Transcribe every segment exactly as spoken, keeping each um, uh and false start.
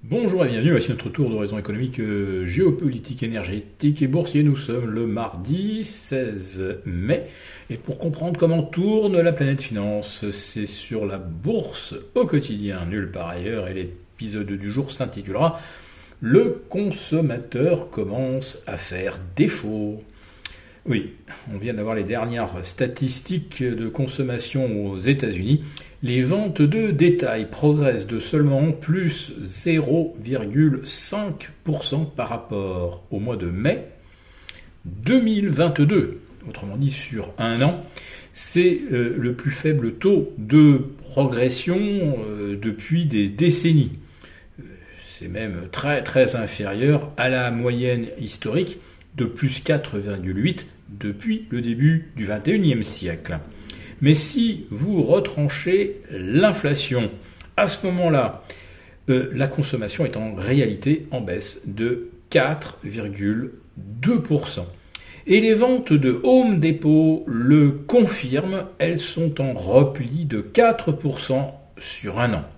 Bonjour et bienvenue, voici notre tour d'horizon économique, euh, géopolitique, énergétique et boursier. Nous sommes le mardi seize mai. Et pour comprendre comment tourne la planète finance, c'est sur la bourse au quotidien, nulle part ailleurs. Et l'épisode du jour s'intitulera « Le consommateur commence à faire défaut ». Oui, on vient d'avoir les dernières statistiques de consommation aux États-Unis. Les ventes de détail progressent de seulement plus zéro virgule cinq pour cent par rapport au mois de mai deux mille vingt-deux. Autrement dit, sur un an, c'est euh, le plus faible taux de progression euh, depuis des décennies. C'est même très très inférieur à la moyenne historique de plus quatre virgule huit depuis le début du vingt et unième siècle. Mais si vous retranchez l'inflation, à ce moment-là, euh, la consommation est en réalité en baisse de quatre virgule deux pour cent. Et les ventes de Home Depot le confirment, elles sont en repli de quatre pour cent sur un an.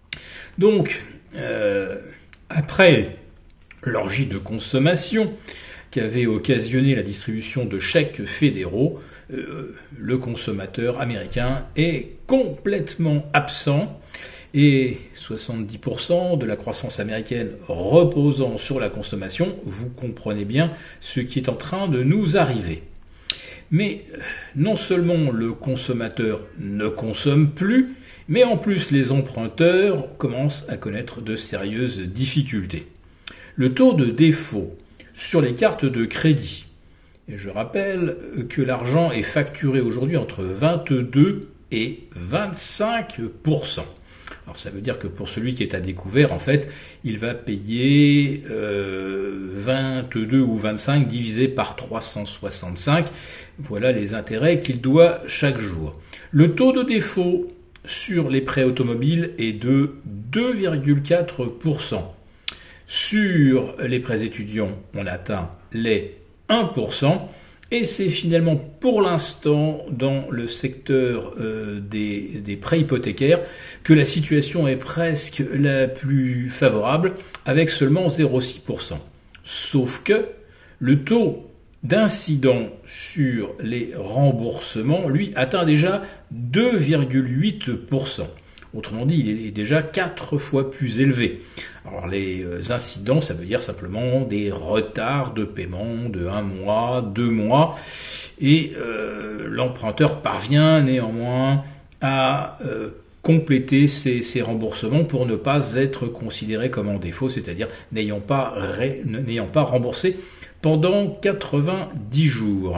Donc, euh, après l'orgie de consommation qui avait occasionné la distribution de chèques fédéraux, euh, le consommateur américain est complètement absent et soixante-dix pour cent de la croissance américaine reposant sur la consommation, vous comprenez bien ce qui est en train de nous arriver. Mais non seulement le consommateur ne consomme plus, mais en plus les emprunteurs commencent à connaître de sérieuses difficultés. Le taux de défaut sur les cartes de crédit. Et je rappelle que l'argent est facturé aujourd'hui entre vingt-deux et vingt-cinq pour cent. Alors ça veut dire que pour celui qui est à découvert, en fait, il va payer euh, vingt-deux ou vingt-cinq divisé par trois cent soixante-cinq. Voilà les intérêts qu'il doit chaque jour. Le taux de défaut sur les prêts automobiles est de deux virgule quatre pour cent. Sur les prêts étudiants, on atteint les un pour cent et c'est finalement pour l'instant dans le secteur euh, des, des prêts hypothécaires que la situation est presque la plus favorable avec seulement zéro virgule six pour cent. Sauf que le taux d'incident sur les remboursements, lui, atteint déjà deux virgule huit pour cent. Autrement dit, il est déjà quatre fois plus élevé. Alors les incidents, ça veut dire simplement des retards de paiement de un mois, deux mois, et euh, l'emprunteur parvient néanmoins à euh, compléter ces, ces remboursements pour ne pas être considéré comme en défaut, c'est-à-dire n'ayant pas, ré, n'ayant pas remboursé pendant quatre-vingt-dix jours.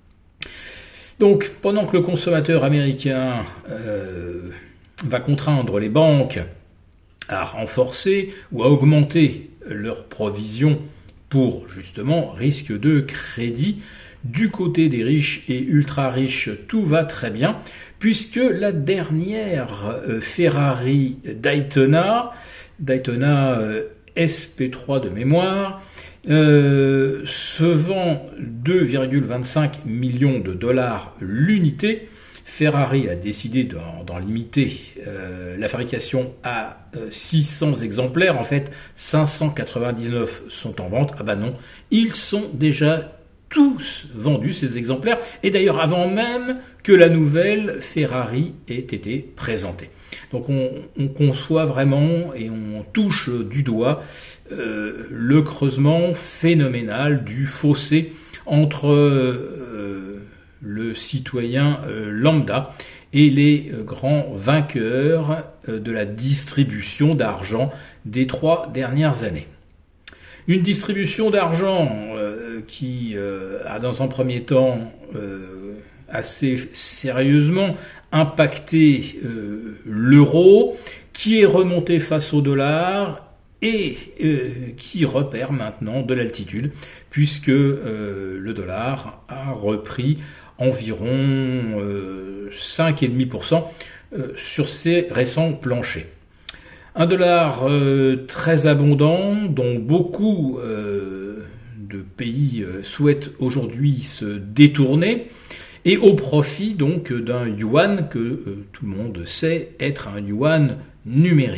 Donc, pendant que le consommateur américain euh, va contraindre les banques à renforcer ou à augmenter leurs provisions pour justement risque de crédit, du côté des riches et ultra-riches, tout va très bien, puisque la dernière Ferrari Daytona, Daytona S P trois de mémoire, euh, se vend deux virgule vingt-cinq millions de dollars l'unité. Ferrari a décidé d'en, d'en limiter euh, la fabrication à euh, six cents exemplaires. En fait, cinq cent quatre-vingt-dix-neuf sont en vente. Ah bah non, ils sont déjà tous vendus, ces exemplaires. Et d'ailleurs, avant même que la nouvelle Ferrari ait été présentée. Donc on, on conçoit vraiment et on touche du doigt euh, le creusement phénoménal du fossé entre euh, le citoyen euh, lambda et les euh, grands vainqueurs euh, de la distribution d'argent des trois dernières années. Une distribution d'argent euh, qui euh, a dans un premier temps euh, assez sérieusement impacté euh, l'euro, qui est remonté face au dollar et euh, qui repère maintenant de l'altitude, puisque euh, le dollar a repris environ euh, cinq virgule cinq pour cent euh, sur ses récents planchers. Un dollar euh, très abondant dont beaucoup euh, de pays euh, souhaitent aujourd'hui se détourner et au profit donc d'un yuan que euh, tout le monde sait être un yuan numérique.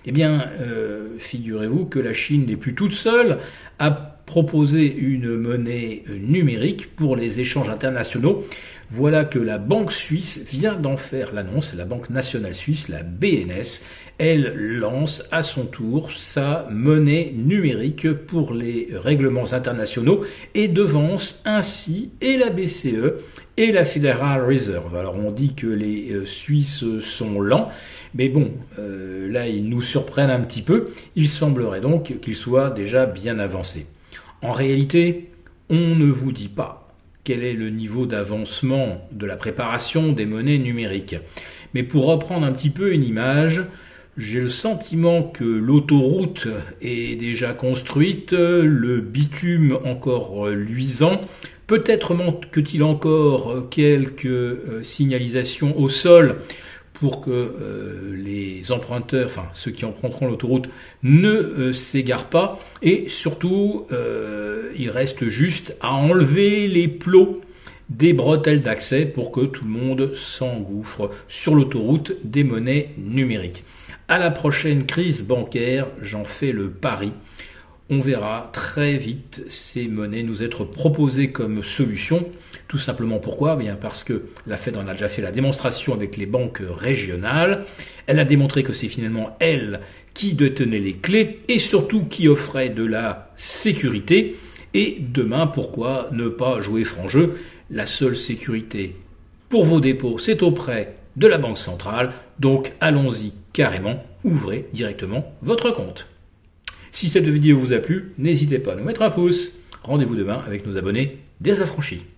Eh bien, euh, figurez-vous que la Chine n'est plus toute seule à proposer une monnaie numérique pour les échanges internationaux. Voilà que la banque suisse vient d'en faire l'annonce, la Banque nationale suisse, la B N S. Elle lance à son tour sa monnaie numérique pour les règlements internationaux et devance ainsi et la B C E et la Federal Reserve. Alors on dit que les euh, Suisses sont lents, mais bon, euh, là ils nous surprennent un petit peu. Il semblerait donc qu'ils soient déjà bien avancés. En réalité, on ne vous dit pas quel est le niveau d'avancement de la préparation des monnaies numériques. Mais pour reprendre un petit peu une image, j'ai le sentiment que l'autoroute est déjà construite, le bitume encore luisant. Peut-être manque-t-il encore quelques signalisations au sol pour que euh, les emprunteurs, enfin ceux qui emprunteront l'autoroute, ne euh, s'égarent pas. Et surtout, euh, il reste juste à enlever les plots des bretelles d'accès pour que tout le monde s'engouffre sur l'autoroute des monnaies numériques. À la prochaine crise bancaire, j'en fais le pari. On verra très vite ces monnaies nous être proposées comme solution. Tout simplement pourquoi ? Bien parce que la Fed en a déjà fait la démonstration avec les banques régionales. Elle a démontré que c'est finalement elle qui détenait les clés et surtout qui offrait de la sécurité. Et demain, pourquoi ne pas jouer franc jeu ? La seule sécurité pour vos dépôts, c'est auprès de la Banque centrale. Donc allons-y carrément, ouvrez directement votre compte. Si cette vidéo vous a plu, n'hésitez pas à nous mettre un pouce. Rendez-vous demain avec nos abonnés désaffranchis.